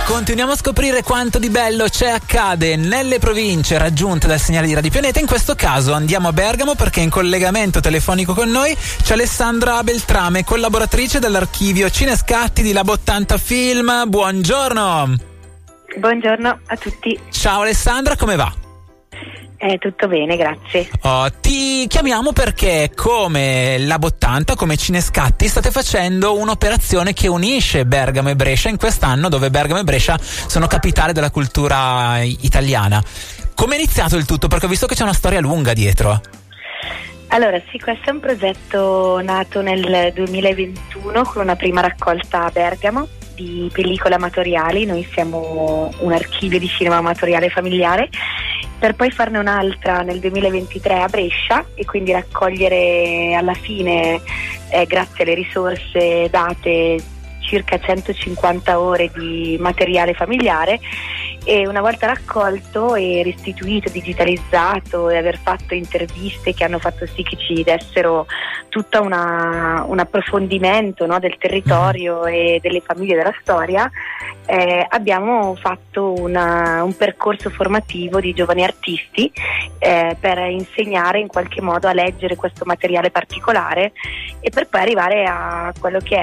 Continuiamo a scoprire quanto di bello accade nelle province raggiunte dal segnale di Radio Pianeta. In questo caso andiamo a Bergamo perché in collegamento telefonico con noi c'è Alessandra Beltrame, collaboratrice dell'archivio Cinescatti di Lab 80 Film. Buongiorno. Buongiorno a tutti. Ciao Alessandra, come va? Tutto bene, grazie. Ti chiamiamo perché come Lab 80, come Cinescatti, state facendo un'operazione che unisce Bergamo e Brescia in quest'anno dove Bergamo e Brescia sono capitale della cultura italiana. Come è iniziato il tutto? Perché ho visto che c'è una storia lunga dietro. Allora sì, questo è un progetto nato nel 2021 con una prima raccolta a Bergamo di pellicole amatoriali. Noi siamo un archivio di cinema amatoriale familiare, per poi farne un'altra nel 2023 a Brescia e quindi raccogliere alla fine, grazie alle risorse date, circa 150 ore di materiale familiare. E una volta raccolto e restituito, digitalizzato e aver fatto interviste che hanno fatto sì che ci dessero tutto un approfondimento, no, del territorio e delle famiglie della storia, abbiamo fatto un percorso formativo di giovani artisti per insegnare in qualche modo a leggere questo materiale particolare e per poi arrivare a quello che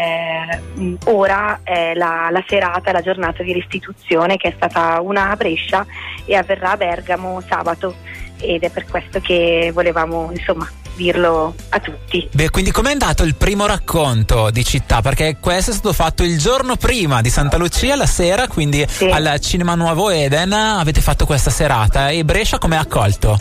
è ora la serata, la giornata di restituzione, che è stata una a Brescia e avverrà a Bergamo sabato, ed è per questo che volevamo dirlo a tutti. Beh, quindi com'è andato il primo racconto di città? Perché questo è stato fatto il giorno prima di Santa Lucia, la sera, quindi sì, al Cinema Nuovo Eden avete fatto questa serata. E Brescia come ha accolto?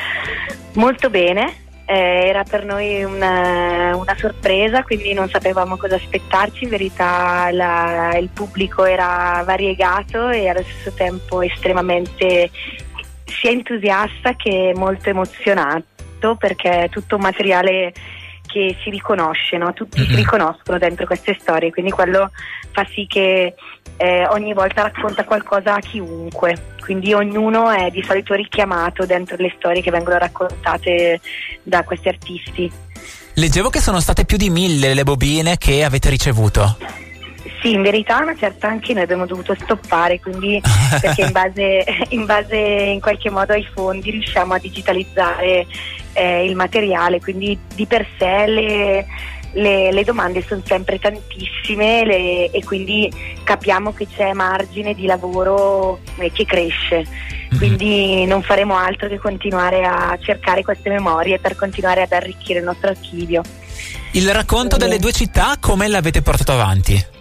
Molto bene. Era per noi una sorpresa, quindi non sapevamo cosa aspettarci. In verità il pubblico era variegato e allo stesso tempo estremamente sia entusiasta che molto emozionato, perché è tutto un materiale che si riconosce, no? Tutti si riconoscono dentro queste storie, quindi quello fa sì che ogni volta racconta qualcosa a chiunque, quindi ognuno è di solito richiamato dentro le storie che vengono raccontate da questi artisti. Leggevo che sono state più di 1000 le bobine che avete ricevuto. Sì, in verità una certa anche noi abbiamo dovuto stoppare, quindi perché in base in qualche modo ai fondi riusciamo a digitalizzare il materiale, quindi di per sé le domande sono sempre tantissime e quindi capiamo che c'è margine di lavoro che cresce, quindi non faremo altro che continuare a cercare queste memorie per continuare ad arricchire il nostro archivio. Il racconto delle due città come l'avete portato avanti?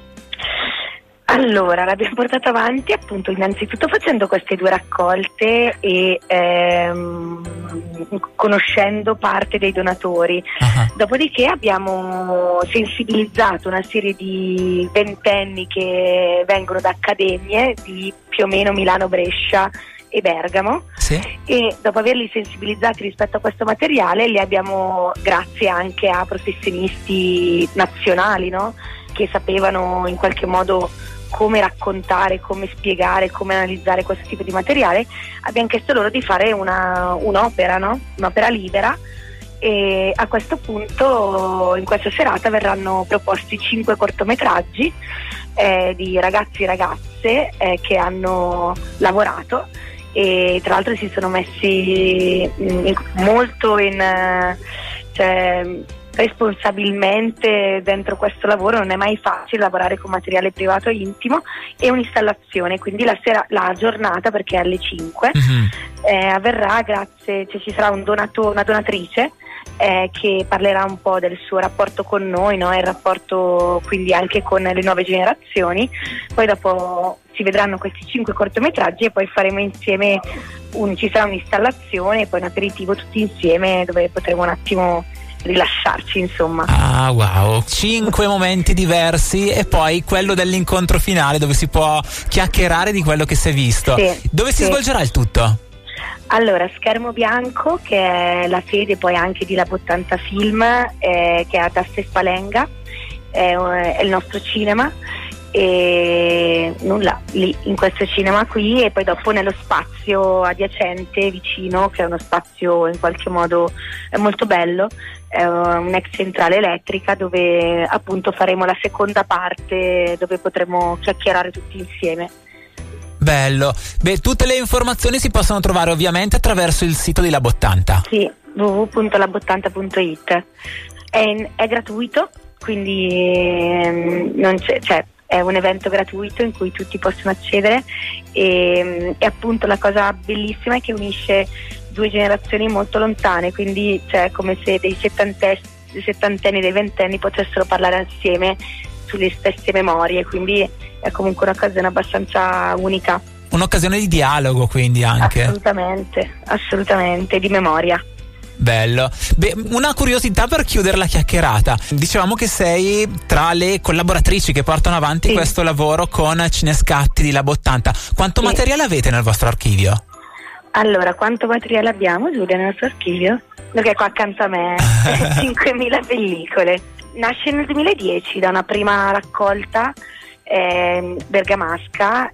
Allora, l'abbiamo portato avanti appunto innanzitutto facendo queste due raccolte e conoscendo parte dei donatori. Dopodiché abbiamo sensibilizzato una serie di ventenni che vengono da accademie di più o meno Milano, Brescia e Bergamo, sì, e dopo averli sensibilizzati rispetto a questo materiale li abbiamo, grazie anche a professionisti nazionali, no, che sapevano in qualche modo come raccontare, come spiegare, come analizzare questo tipo di materiale, abbiamo chiesto loro di fare un'opera, no? Un'opera libera, e a questo punto in questa serata verranno proposti 5 cortometraggi di ragazzi e ragazze che hanno lavorato e tra l'altro si sono messi molto responsabilmente dentro questo lavoro. Non è mai facile lavorare con materiale privato e intimo, e un'installazione, quindi la giornata, perché è alle 5, avverrà grazie, ci sarà una donatrice che parlerà un po' del suo rapporto con noi, no? Il rapporto quindi anche con le nuove generazioni. Poi dopo si vedranno questi 5 cortometraggi e poi faremo insieme ci sarà un'installazione e poi un aperitivo tutti insieme dove potremo un attimo rilasciarci, insomma. Ah, wow, 5 momenti diversi e poi quello dell'incontro finale dove si può chiacchierare di quello che si è visto. Sì, dove si svolgerà il tutto? Allora, Schermo Bianco, che è la sede poi anche di Lab 80 Film, che è ad Asse Spalenga, è il nostro cinema, e e nulla, lì in questo cinema qui, e poi dopo nello spazio adiacente vicino, che è uno spazio in qualche modo molto bello, è un'ex centrale elettrica dove appunto faremo la seconda parte, dove potremo chiacchierare tutti insieme. Bello. Beh, tutte le informazioni si possono trovare ovviamente attraverso il sito di Lab80. Sì, www.lab80.it. È gratuito, quindi non c'è, cioè, è un evento gratuito in cui tutti possono accedere, e appunto la cosa bellissima è che unisce due generazioni molto lontane, quindi c'è come se dei settantenni e dei ventenni potessero parlare assieme sulle stesse memorie, quindi è comunque un'occasione abbastanza unica. Un'occasione di dialogo, quindi anche. Assolutamente, di memoria. Bello. Beh, una curiosità per chiudere la chiacchierata. Dicevamo che sei tra le collaboratrici che portano avanti questo lavoro con Cinescatti di Lab80. Quanto materiale avete nel vostro archivio? Allora, quanto materiale abbiamo, Giulia, nel nostro archivio? Perché qua accanto a me 5.000 pellicole. Nasce nel 2010 da una prima raccolta bergamasca,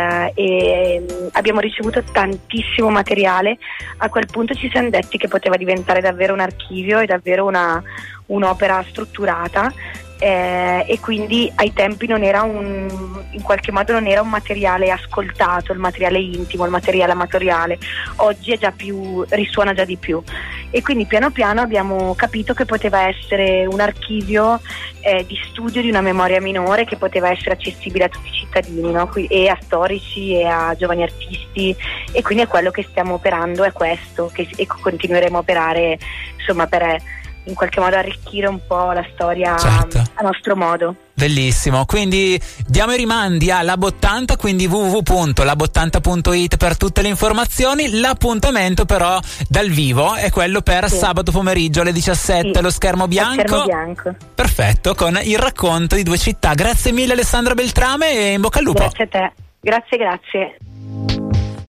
e abbiamo ricevuto tantissimo materiale. A quel punto ci siamo detti che poteva diventare davvero un archivio e davvero un'opera strutturata, e quindi ai tempi non era in qualche modo non era un materiale ascoltato, il materiale intimo, il materiale amatoriale. Oggi è già risuona già di più, e quindi piano piano abbiamo capito che poteva essere un archivio di studio di una memoria minore, che poteva essere accessibile a tutti i cittadini, no? E a storici e a giovani artisti, e quindi è quello che stiamo operando, è questo, e continueremo a operare, insomma, per in qualche modo arricchire un po' la storia, certo, a nostro modo. Bellissimo, quindi diamo i rimandi a Lab80, quindi www.lab80.it per tutte le informazioni. L'appuntamento però dal vivo è quello per sabato pomeriggio alle 17, lo schermo bianco. Perfetto, con il racconto di due città. Grazie mille Alessandra Beltrame e in bocca al lupo. Grazie a te, grazie.